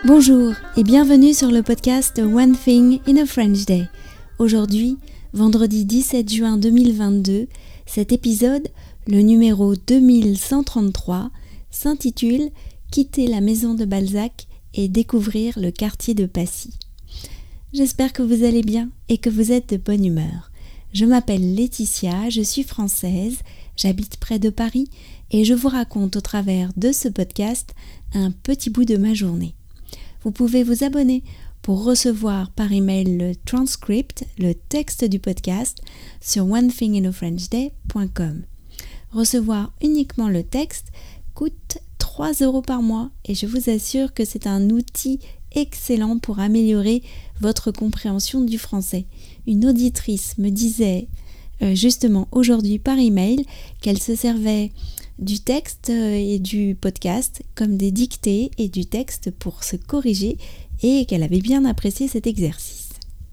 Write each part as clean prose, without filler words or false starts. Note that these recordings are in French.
Bonjour et bienvenue sur le podcast One Thing in a French Day. Aujourd'hui, vendredi 17 juin 2022, cet épisode, le numéro 2133, s'intitule « Quitter la maison de Balzac et découvrir le quartier de Passy ». J'espère que vous allez bien et que vous êtes de bonne humeur. Je m'appelle Laetitia, je suis française, j'habite près de Paris et je vous raconte au travers de ce podcast un petit bout de ma journée. Vous pouvez vous abonner pour recevoir par email le transcript, le texte du podcast sur onethinginafrenchday.com. Recevoir uniquement le texte coûte 3 € par mois et je vous assure que c'est un outil excellent pour améliorer votre compréhension du français. Une auditrice me disait justement aujourd'hui par email qu'elle se servait du texte et du podcast comme des dictées et du texte pour se corriger et qu'elle avait bien apprécié cet exercice.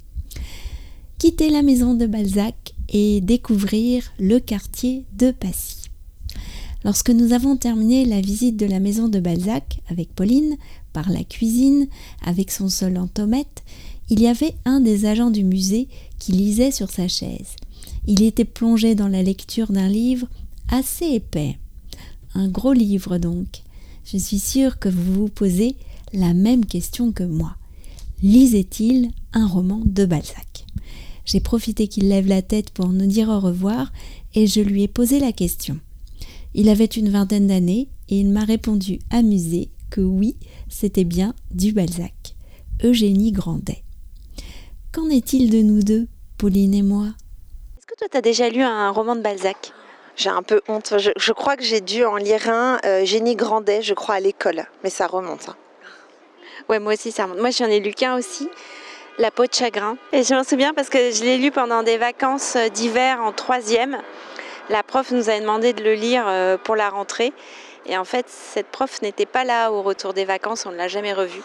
Quitter la maison de Balzac et découvrir le quartier de Passy. Lorsque nous avons terminé la visite de la maison de Balzac avec Pauline, par la cuisine, avec son sol en tomates, il y avait un des agents du musée qui lisait sur sa chaise. Il était plongé dans la lecture d'un livre assez épais. Un gros livre donc. Je suis sûre que vous vous posez la même question que moi. Lisait-il un roman de Balzac ? J'ai profité qu'il lève la tête pour nous dire au revoir et je lui ai posé la question. Il avait une 20aine d'années et il m'a répondu amusé que oui, c'était bien du Balzac. Eugénie Grandet. Qu'en est-il de nous deux, Pauline et moi ? Est-ce que toi, tu as déjà lu un roman de Balzac ? J'ai un peu honte. Je crois que j'ai dû en lire un, Eugénie Grandet, je crois, à l'école. Mais ça remonte. Ouais, moi aussi, ça remonte. Moi, j'en ai lu qu'un aussi, La peau de chagrin. Et je m'en souviens parce que je l'ai lu pendant des vacances d'hiver en 3e. La prof nous a demandé de le lire pour la rentrée. Et en fait, cette prof n'était pas là au retour des vacances. On ne l'a jamais revue.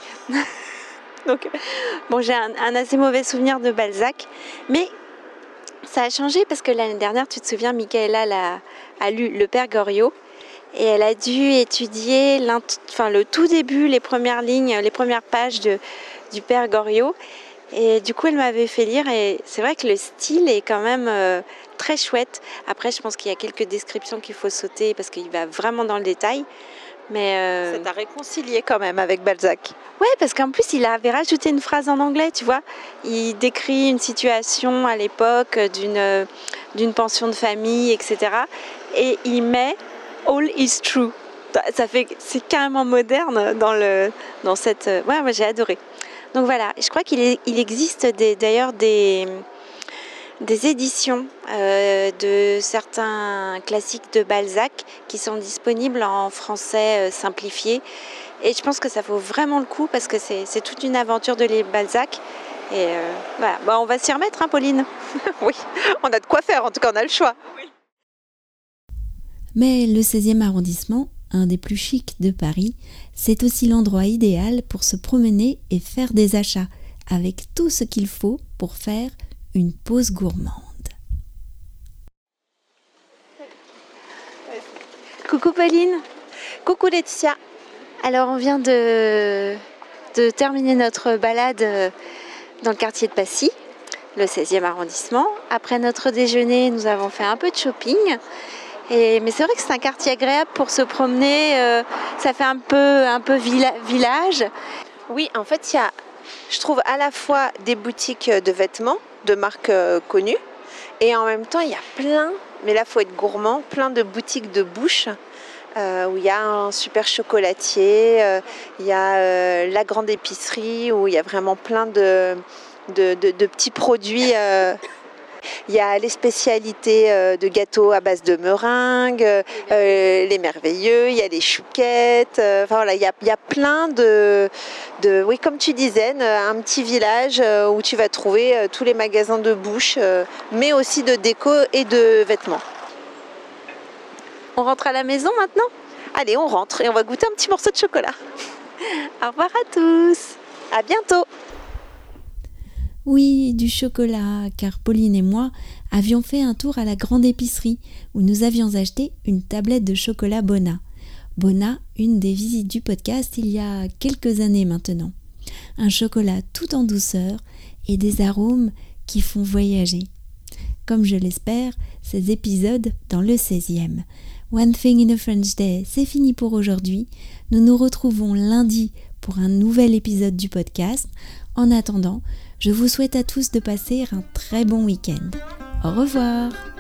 Donc, bon, j'ai un assez mauvais souvenir de Balzac. Mais ça a changé parce que l'année dernière, tu te souviens, Michaela a lu Le Père Goriot et elle a dû étudier le tout début, les premières lignes, les premières pages du Père Goriot. Et du coup, elle m'avait fait lire et c'est vrai que le style est quand même très chouette. Après, je pense qu'il y a quelques descriptions qu'il faut sauter parce qu'il va vraiment dans le détail. Mais ça t'a réconcilié quand même avec Balzac. Ouais, parce qu'en plus, il avait rajouté une phrase en anglais, tu vois. Il décrit une situation à l'époque d'une pension de famille, etc. Et il met « all is true ». C'est carrément moderne dans cette... Ouais, moi j'ai adoré. Donc voilà, je crois qu'il existe d'ailleurs des éditions de certains classiques de Balzac qui sont disponibles en français simplifié. Et je pense que ça vaut vraiment le coup parce que c'est toute une aventure de lire Balzac. Et voilà, bon, on va s'y remettre, hein, Pauline. Oui, on a de quoi faire, en tout cas on a le choix. Oui. Mais le 16e arrondissement, un des plus chics de Paris, c'est aussi l'endroit idéal pour se promener et faire des achats, avec tout ce qu'il faut pour faire une pause gourmande. Coucou Pauline. Coucou Laetitia. Alors on vient de terminer notre balade dans le quartier de Passy, le 16e arrondissement. Après notre déjeuner, nous avons fait un peu de shopping. Mais c'est vrai que c'est un quartier agréable pour se promener. Ça fait un peu village. Oui, en fait, il y a, je trouve, à la fois des boutiques de vêtements de marques connues et en même temps, il y a plein, mais là, il faut être gourmand, plein de boutiques de bouche. Où il y a un super chocolatier, il y a la grande épicerie où il y a vraiment plein de petits produits. Il y a les spécialités de gâteaux à base de meringues, les merveilleux, il y a les chouquettes. Voilà, il y a plein oui, comme tu disais, un petit village où tu vas trouver tous les magasins de bouche, mais aussi de déco et de vêtements. On rentre à la maison maintenant ? Allez, on rentre et on va goûter un petit morceau de chocolat. Au revoir à tous. À bientôt. Oui, du chocolat, car Pauline et moi avions fait un tour à la grande épicerie où nous avions acheté une tablette de chocolat Bona. Bona, une des visites du podcast il y a quelques années maintenant. Un chocolat tout en douceur et des arômes qui font voyager. Comme je l'espère, ces épisodes dans le 16e. One Thing in a French Day, c'est fini pour aujourd'hui. Nous nous retrouvons lundi pour un nouvel épisode du podcast. En attendant, je vous souhaite à tous de passer un très bon week-end. Au revoir!